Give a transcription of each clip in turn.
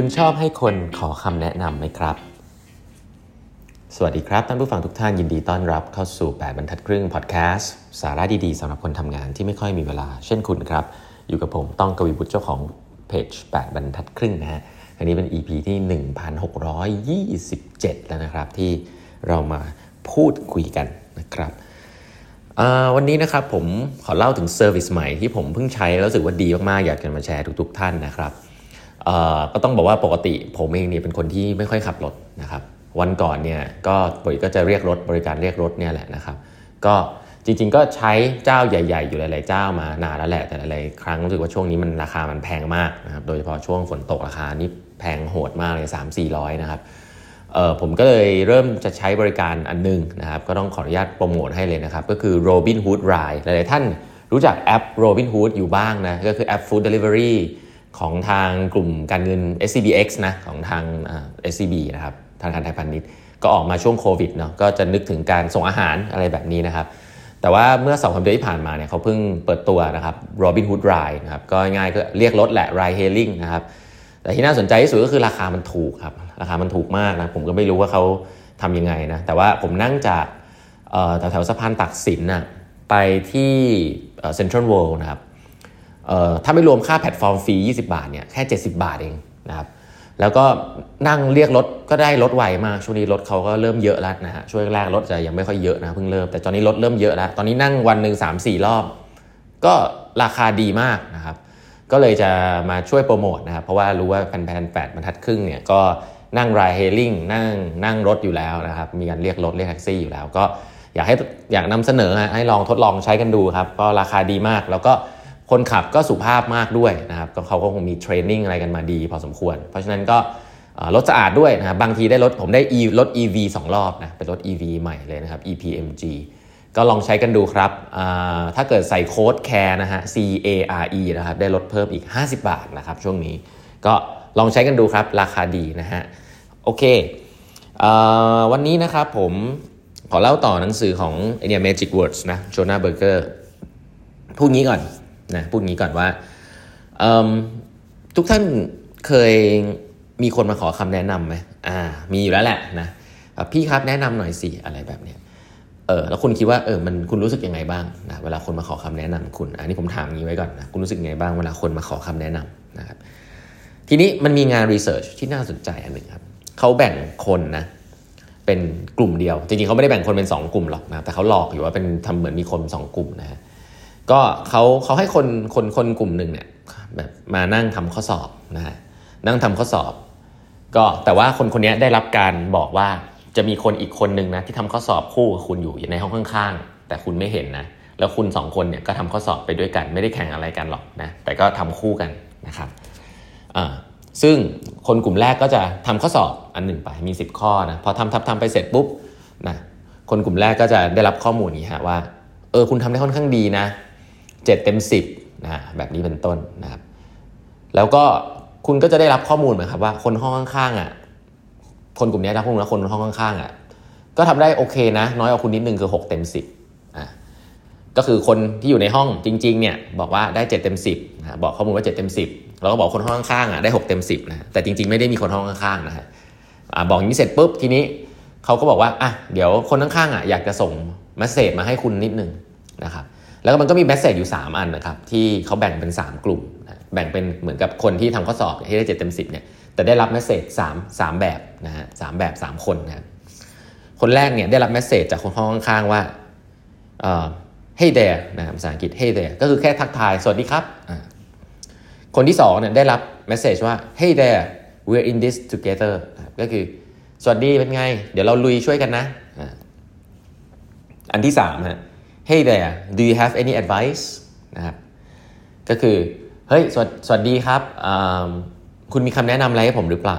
คุณชอบให้คนขอคำแนะนำไหมครับสวัสดีครับท่านผู้ฟังทุกท่านยินดีต้อนรับเข้าสู่8บรรทัดครึ่งพอดแคสต์สาระดีๆสำหรับคนทำงานที่ไม่ค่อยมีเวลาเช่นคุณครับอยู่กับผมต้องกวีบุตรเจ้าของเพจ8บรรทัดครึ่งนะฮะอันนี้เป็น EP ที่1627แล้วนะครับที่เรามาพูดคุยกันนะครับวันนี้นะครับผมขอเล่าถึงเซอร์วิสใหม่ที่ผมเพิ่งใช้แล้วรู้สึกว่าดีมากๆอยากจะมาแชร์ทุกๆท่านนะครับก็ต้องบอกว่าปกติผมเองเนี่ยเป็นคนที่ไม่ค่อยขับรถนะครับวันก่อนเนี่ยก็ปกติก็จะเรียกรถบริการเรียกรถเนี่ยแหละนะครับก็จริงๆก็ใช้เจ้าใหญ่ๆอยู่หลายๆเจ้ามานานแล้วแหละแต่หลายๆครั้งรู้สึกว่าช่วงนี้มันราคามันแพงมากนะครับโดยเฉพาะช่วงฝนตกราคานี่แพงโหดมากเลย 3-400 นะครับผมก็เลยเริ่มจะใช้บริการอันนึงนะครับก็ต้องขออนุญาตโปรโมทให้เลยนะครับก็คือ Robinhood Ride หลายๆท่านรู้จักแอป Robinhood อยู่บ้างนะก็คือแอป Food Delivery ของทางกลุ่มการเงิน SCBX นะของทางSCB นะครับธนาคารไทยพาณิชย์ก็ออกมาช่วงโควิดเนาะก็จะนึกถึงการส่งอาหารอะไรแบบนี้นะครับแต่ว่าเมื่อ 2-3 เดือนที่ผ่านมาเนี่ยเขาเพิ่งเปิดตัวนะครับ Robinhood Ride นะครับก็ง่ายก็เรียกรถแหละ Ride Hailing นะครับแต่ที่น่าสนใจที่สุดก็คือราคามันถูกครับราคามันถูกมากนะผมก็ไม่รู้ว่าเขาทำยังไงนะแต่ว่าผมนั่งจากแถวสะพานตักสินนะไปที่เซ็นทรัลเวิลด์นะครับถ้าไม่รวมค่าแพลตฟอร์มฟรี20 บาทเนี่ยแค่70 บาทเองนะครับแล้วก็นั่งเรียกรถก็ได้รถไวมากช่วงนี้รถเขาก็เริ่มเยอะแล้วนะฮะช่วงแรกรถจะยังไม่ค่อยเยอะนะเพิ่งเริ่มแต่ตอนนี้รถเริ่มเยอะแล้วตอนนี้นั่งวันนึง 3-4 รอบก็ราคาดีมากนะครับก็เลยจะมาช่วยโปรโมทนะครับเพราะว่ารู้ว่าแฟนๆ8บรรทัดครึ่งเนี่ยก็นั่ง Ride Hailing นั่งรถอยู่แล้วนะครับมีการเรียกรถเรียกแท็กซี่อยู่แล้วก็อยากนำเสนอให้ลองทดลองใช้กันดูครับก็ราคาดีมากแล้วก็คนขับก็สุภาพมากด้วยนะครับก็เขาก็คงมีเทรนนิ่งอะไรกันมาดีพอสมควรเพราะฉะนั้นก็รถสะอาดด้วยนะครับบางทีได้รถผมได้รถ EV 2 รอบนะเป็นรถ EV ใหม่เลยนะครับ EPMG ก็ลองใช้กันดูครับถ้าเกิดใส่โค้ด CARE นะฮะ CARE นะครับได้ลดเพิ่มอีก50 บาทนะครับช่วงนี้ก็ลองใช้กันดูครับราคาดีนะฮะโอเควันนี้นะครับผมขอเล่าต่อหนังสือของเนี่ย Magic Words นะ Jonah Berger พูดงี้ก่อนว่าทุกท่านเคยมีคนมาขอคำแนะนำไหมมีอยู่แล้วแหละนะพี่ครับแนะนำหน่อยสิอะไรแบบเนี้ยแล้วคุณคิดว่าคุณรู้สึกยังไงบ้างนะเวลาคนมาขอคำแนะนำคุณอันนี้ผมถามงี้ไว้ก่อนนะคุณรู้สึกยังไงบ้างเวลาคนมาขอคำแนะนำนะครับทีนี้มันมีงานรีเสิร์ชที่น่าสนใจอันหนึ่งครับเขาแบ่งคนนะเป็นกลุ่มเดียวจริงๆเขาไม่ได้แบ่งคนเป็น2 กลุ่มหรอกนะแต่เขาหลอกอยู่ว่าเป็นทำเหมือนมีคน2 กลุ่มนะฮะก็เขาให้คนกลุ่มหนึ่งเนี่ยแบบมานั่งทำข้อสอบนะฮะนั่งทำข้อสอบก็แต่ว่าคนนี้ได้รับการบอกว่าจะมีคนอีกคนนึงนะที่ทำข้อสอบคู่กับคุณอยู่ในห้องข้างๆแต่คุณไม่เห็นนะแล้วคุณ2 คนเนี่ยก็ทำข้อสอบไปด้วยกันไม่ได้แข่งอะไรกันหรอกนะแต่ก็ทำคู่กันนะครับซึ่งคนกลุ่มแรกก็จะทำข้อสอบอันหนึ่งไปมี10 ข้อนะพอทำไปเสร็จปุ๊บนะคนกลุ่มแรกก็จะได้รับข้อมูลนี้ฮะว่าคุณทำได้ค่อนข้างดีนะ7 เต็ม 10นะแบบนี้เป็นต้นนะครับแล้วก็คุณก็จะได้รับข้อมูลเหมือนครับว่าคนห้องข้างๆคนกลุ่มนี้รับข้อมูลแล้วคนห้องข้างๆก็ทำได้โอเคนะน้อยกว่าคุณนิดนึงคือ6 เต็ม 10ก็คือคนที่อยู่ในห้องจริงๆเนี่ยบอกว่าได้7 เต็ม 10นะบอกข้อมูลว่า7 เต็ม 10แล้วก็บอกคนห้องข้างๆได้6 เต็ม 10นะแต่จริงๆไม่ได้มีคนห้องข้างๆนะฮะบอกอย่างนี้เสร็จปุ๊บทีนี้เขาก็บอกว่าเดี๋ยวคนข้างๆอยากจะส่งเมสเสจมาให้คุณนิดนึงนะครับแล้วก็มันก็มีเมสเสจอยู่3 อันนะครับที่เขาแบ่งเป็น3 กลุ่มนะแบ่งเป็นเหมือนกับคนที่ทำข้อสอบที่ได้7 เต็ม 10เนี่ยแต่ได้รับเมสเสจ3แบบนะฮะ3 แบบ3 คนนะคนแรกเนี่ยได้รับเมสเสจจากคนห้องข้างๆว่าhey there นะภาษาอังกฤษ hey there ก็คือแค่ทักทายสวัสดีครับคนที่2เนี่ยได้รับเมสเสจว่า hey there we're in this together ก็คือสวัสดีเป็นไงเดี๋ยวเราลุยช่วยกันนะอันที่3ฮะHey there do you have any advice นะครับก็คือเฮ้ยสวัสดีครับคุณมีคำแนะนำอะไรให้ผมหรือเปล่า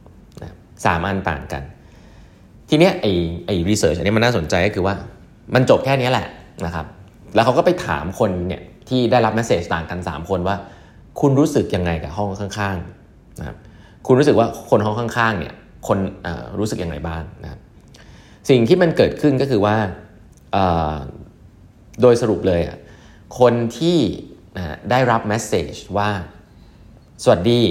3 อันต่างกันทีเนี้ยไอ้ research อันนี้มันน่าสนใจก็คือว่ามันจบแค่นี้แหละนะครับแล้วเขาก็ไปถามคนเนี่ยที่ได้รับ message ต่างกัน3 คนว่าคุณรู้สึกยังไงกับห้องข้างๆนะครับคุณรู้สึกว่าคนห้องข้างๆเนี่ยคนรู้สึกยังไงบ้างนะครับสิ่งที่มันเกิดขึ้นก็คือว่าโดยสรุปเลยคนที่ได้รับเมสเสจว่าสวัสดี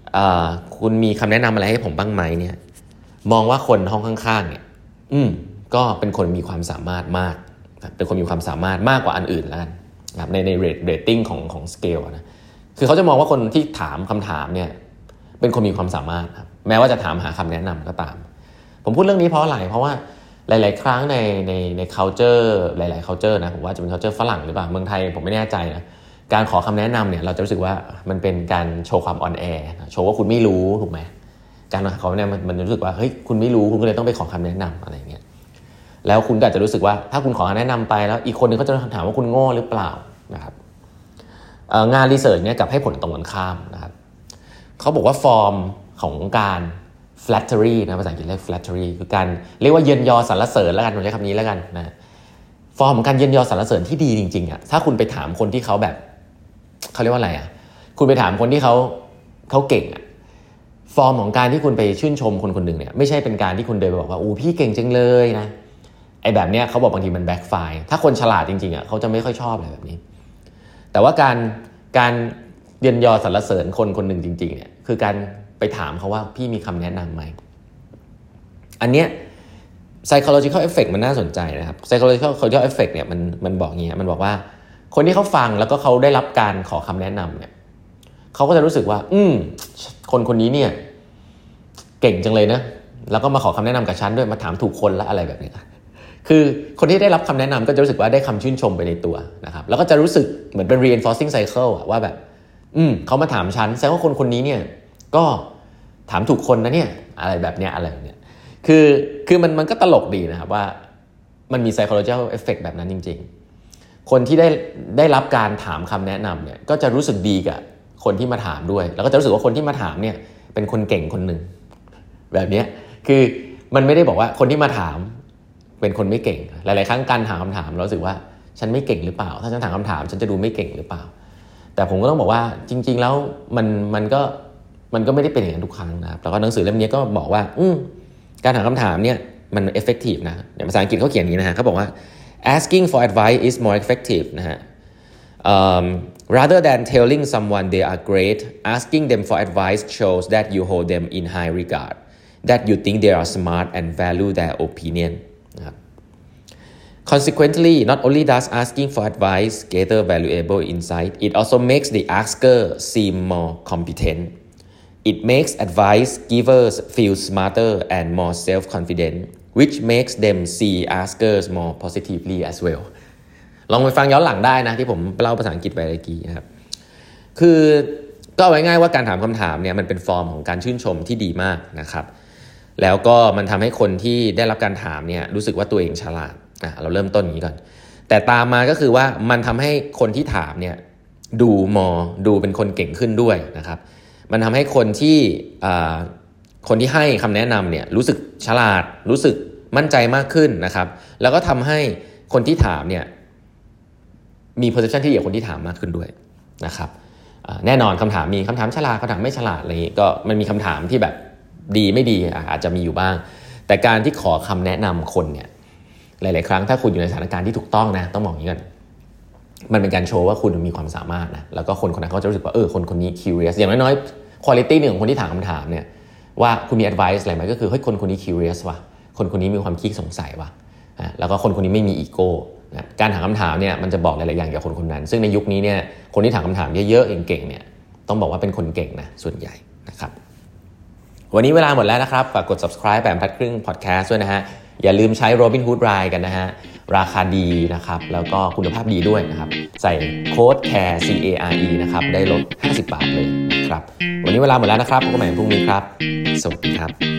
คุณมีคำแนะนำอะไรให้ผมบ้างไหมเนี่ยมองว่าคนห้องข้างๆเนี่ยก็เป็นคนมีความสามารถมากเป็นคนมีความสามารถมากกว่าอันอื่นแล้วกันครับในเรตติ้งของสเกลนะคือเขาจะมองว่าคนที่ถามคำถามเนี่ยเป็นคนมีความสามารถครับแม้ว่าจะถามหาคำแนะนำก็ตามผมพูดเรื่องนี้เพราะอะไรเพราะว่าหลายๆครั้งใน culture หลายๆ culture นะผมว่าจะเป็น culture ฝรั่งหรือเปล่าเมืองไทยผมไม่แน่ใจนะการขอคำแนะนำเนี่ยเราจะรู้สึกว่ามันเป็นการโชว์ความอ่อนแอโชว์ว่าคุณไม่รู้ถูกไหมการขอคำแนะนำมันรู้สึกว่าเฮ้ยคุณไม่รู้คุณก็เลยต้องไปขอคำแนะนำอะไรอย่างเงี้ยแล้วคุณก็อาจจะรู้สึกว่าถ้าคุณขอคำแนะนำไปแล้วอีกคนนึงเขาจะถามว่าคุณโง่หรือเปล่านะครับงานรีเสิร์ชเนี่ยกับให้ผลตรงกันข้ามนะครับเขาบอกว่าฟอร์มของการ flattery นะภาษาอังกฤษเรียก flattery คือการเรียกว่าเยินยอสรรเสริญแล้วกันผมใช้คำนี้แล้วกันนะฟอร์มของการเยินยอสรรเสริญที่ดีจริงๆอ่ะถ้าคุณไปถามคนที่เขาแบบเขาเรียกว่าอะไรอ่ะคุณไปถามคนที่เขาเก่งอ่ะฟอร์มของการที่คุณไปชื่นชมคนคนหนึ่งเนี่ยไม่ใช่เป็นการที่คุณเดินไปบอกว่าพี่เก่งจังเลยนะไอ้แบบเนี้ยเขาบอกบางทีมันแบ็คไฟร์ถ้าคนฉลาดจริงๆอ่ะเขาจะไม่ค่อยชอบอะไรแบบนี้แต่ว่าการเยินยอสรรเสริญคนคนหนึ่งจริงๆเนี่ยคือการไปถามเขาว่าพี่มีคำแนะนำไหมอันเนี้ย psychological effect มันน่าสนใจนะครับ psychological effect เนี่ยมันบอกอย่างเงี้ยมันบอกว่าคนที่เขาฟังแล้วก็เขาได้รับการขอคำแนะนำเนี่ยเขาก็จะรู้สึกว่าคนนี้เนี่ยเก่งจังเลยนะแล้วก็มาขอคำแนะนำกับฉันด้วยมาถามถูกคนและอะไรแบบนี้คือคนที่ได้รับคำแนะนำก็จะรู้สึกว่าได้คำชื่นชมไปในตัวนะครับแล้วก็จะรู้สึกเหมือนเป็น reinforcing cycle อะว่าแบบเขามาถามฉันแสดงว่าคนนี้เนี่ยก็ถามถูกคนนะเนี่ยอะไรแบบเนี้ยอะไรแบบเนี้ยคือมันก็ตลกดีนะครับว่ามันมี psychological effect แบบนั้นจริงๆคนที่ได้รับการถามคำแนะนำเนี่ยก็จะรู้สึกดีกับคนที่มาถามด้วยแล้วก็จะรู้สึกว่าคนที่มาถามเนี่ยเป็นคนเก่งคนหนึ่งแบบนี้คือมันไม่ได้บอกว่าคนที่มาถามเป็นคนไม่เก่งหลายๆครั้งการถามคำถามเรารู้สึกว่าฉันไม่เก่งหรือเปล่าถ้าฉันถามคำถามฉันจะดูไม่เก่งหรือเปล่าแต่ผมก็ต้องบอกว่าจริงๆแล้วมันก็ไม่ได้เป็นอย่างนั้นทุกครั้งนะครับแล้วก็หนังสือเล่มนี้ก็บอกว่าการถามคำถามเนี่ยมัน effective นะในภาษาอังกฤษเขาเขียนอย่างนี้นะฮะเขาบอกว่า asking for advice is more effective นะฮะrather than telling someone they are great asking them for advice shows that you hold them in high regard that you think they are smart and value their opinion นะครับ consequently not only does asking for advice gather valuable insight it also makes the asker seem more competent It makes advice givers feel smarter and more self-confident, which makes them see askers more positively as well. ลองไปฟังย้อนหลังได้นะที่ผมเล่าภาษาอังกฤษไปเมื่อกี้นะครับคือก็เอาไว้ง่ายว่าการถามคำถามเนี่ยมันเป็นฟอร์มของการชื่นชมที่ดีมากนะครับแล้วก็มันทำให้คนที่ได้รับการถามเนี่ยรู้สึกว่าตัวเองฉลาดเราเริ่มต้นอย่างนี้ก่อนแต่ตามมาก็คือว่ามันทำให้คนที่ถามเนี่ยดูเป็นคนเก่งขึ้นด้วยนะครับมันทำให้คนที่ให้คำแนะนำเนี่ยรู้สึกฉลาดรู้สึกมั่นใจมากขึ้นนะครับแล้วก็ทำให้คนที่ถามเนี่ยมี perception ที่ดีกว่าคนที่ถามมากขึ้นด้วยนะครับแน่นอนคำถามมีคำถามฉลาดคำถามไม่ฉลาดอะไรอย่างนี้ก็มันมีคำถามที่แบบดีไม่ดีอาจจะมีอยู่บ้างแต่การที่ขอคำแนะนำคนเนี่ยหลายๆครั้งถ้าคุณอยู่ในสถานการณ์ที่ถูกต้องนะต้องบอกอย่างนี้ก่อนมันเป็นการโชว์ว่าคุณมีความสามารถนะแล้วก็คนนั้นเขาจะรู้สึกว่าคนนี้ curious อย่างน้อยๆ quality หนึ่งของคนที่ถามคำถามเนี่ยว่าคุณมี advice อะไรไหมก็คือเฮ้ยคนนี้ curious ว่ะคนนี้มีความขี้สงสัยว่ะแล้วก็คนนี้ไม่มี ego นะการถามคำถามเนี่ยมันจะบอกหลายๆอย่างเกี่ยวกับคนนั้นซึ่งในยุคนี้เนี่ยคนที่ถามคำถามเยอะๆเก่งๆเนี่ยต้องบอกว่าเป็นคนเก่งนะส่วนใหญ่นะครับวันนี้เวลาหมดแล้วนะครับฝากกด subscribe แบบพัดครึ่ง podcast ด้วยนะฮะอย่าลืมใช้ Robinhood Ride กันนะฮะราคาดีนะครับแล้วก็คุณภาพดีด้วยนะครับใส่โค้ด CARE CARE นะครับได้ลด50 บาทเลยนะครับวันนี้เวลาหมดแล้วนะครับพบกันใหม่พรุ่งนี้ครับสวัสดีครับ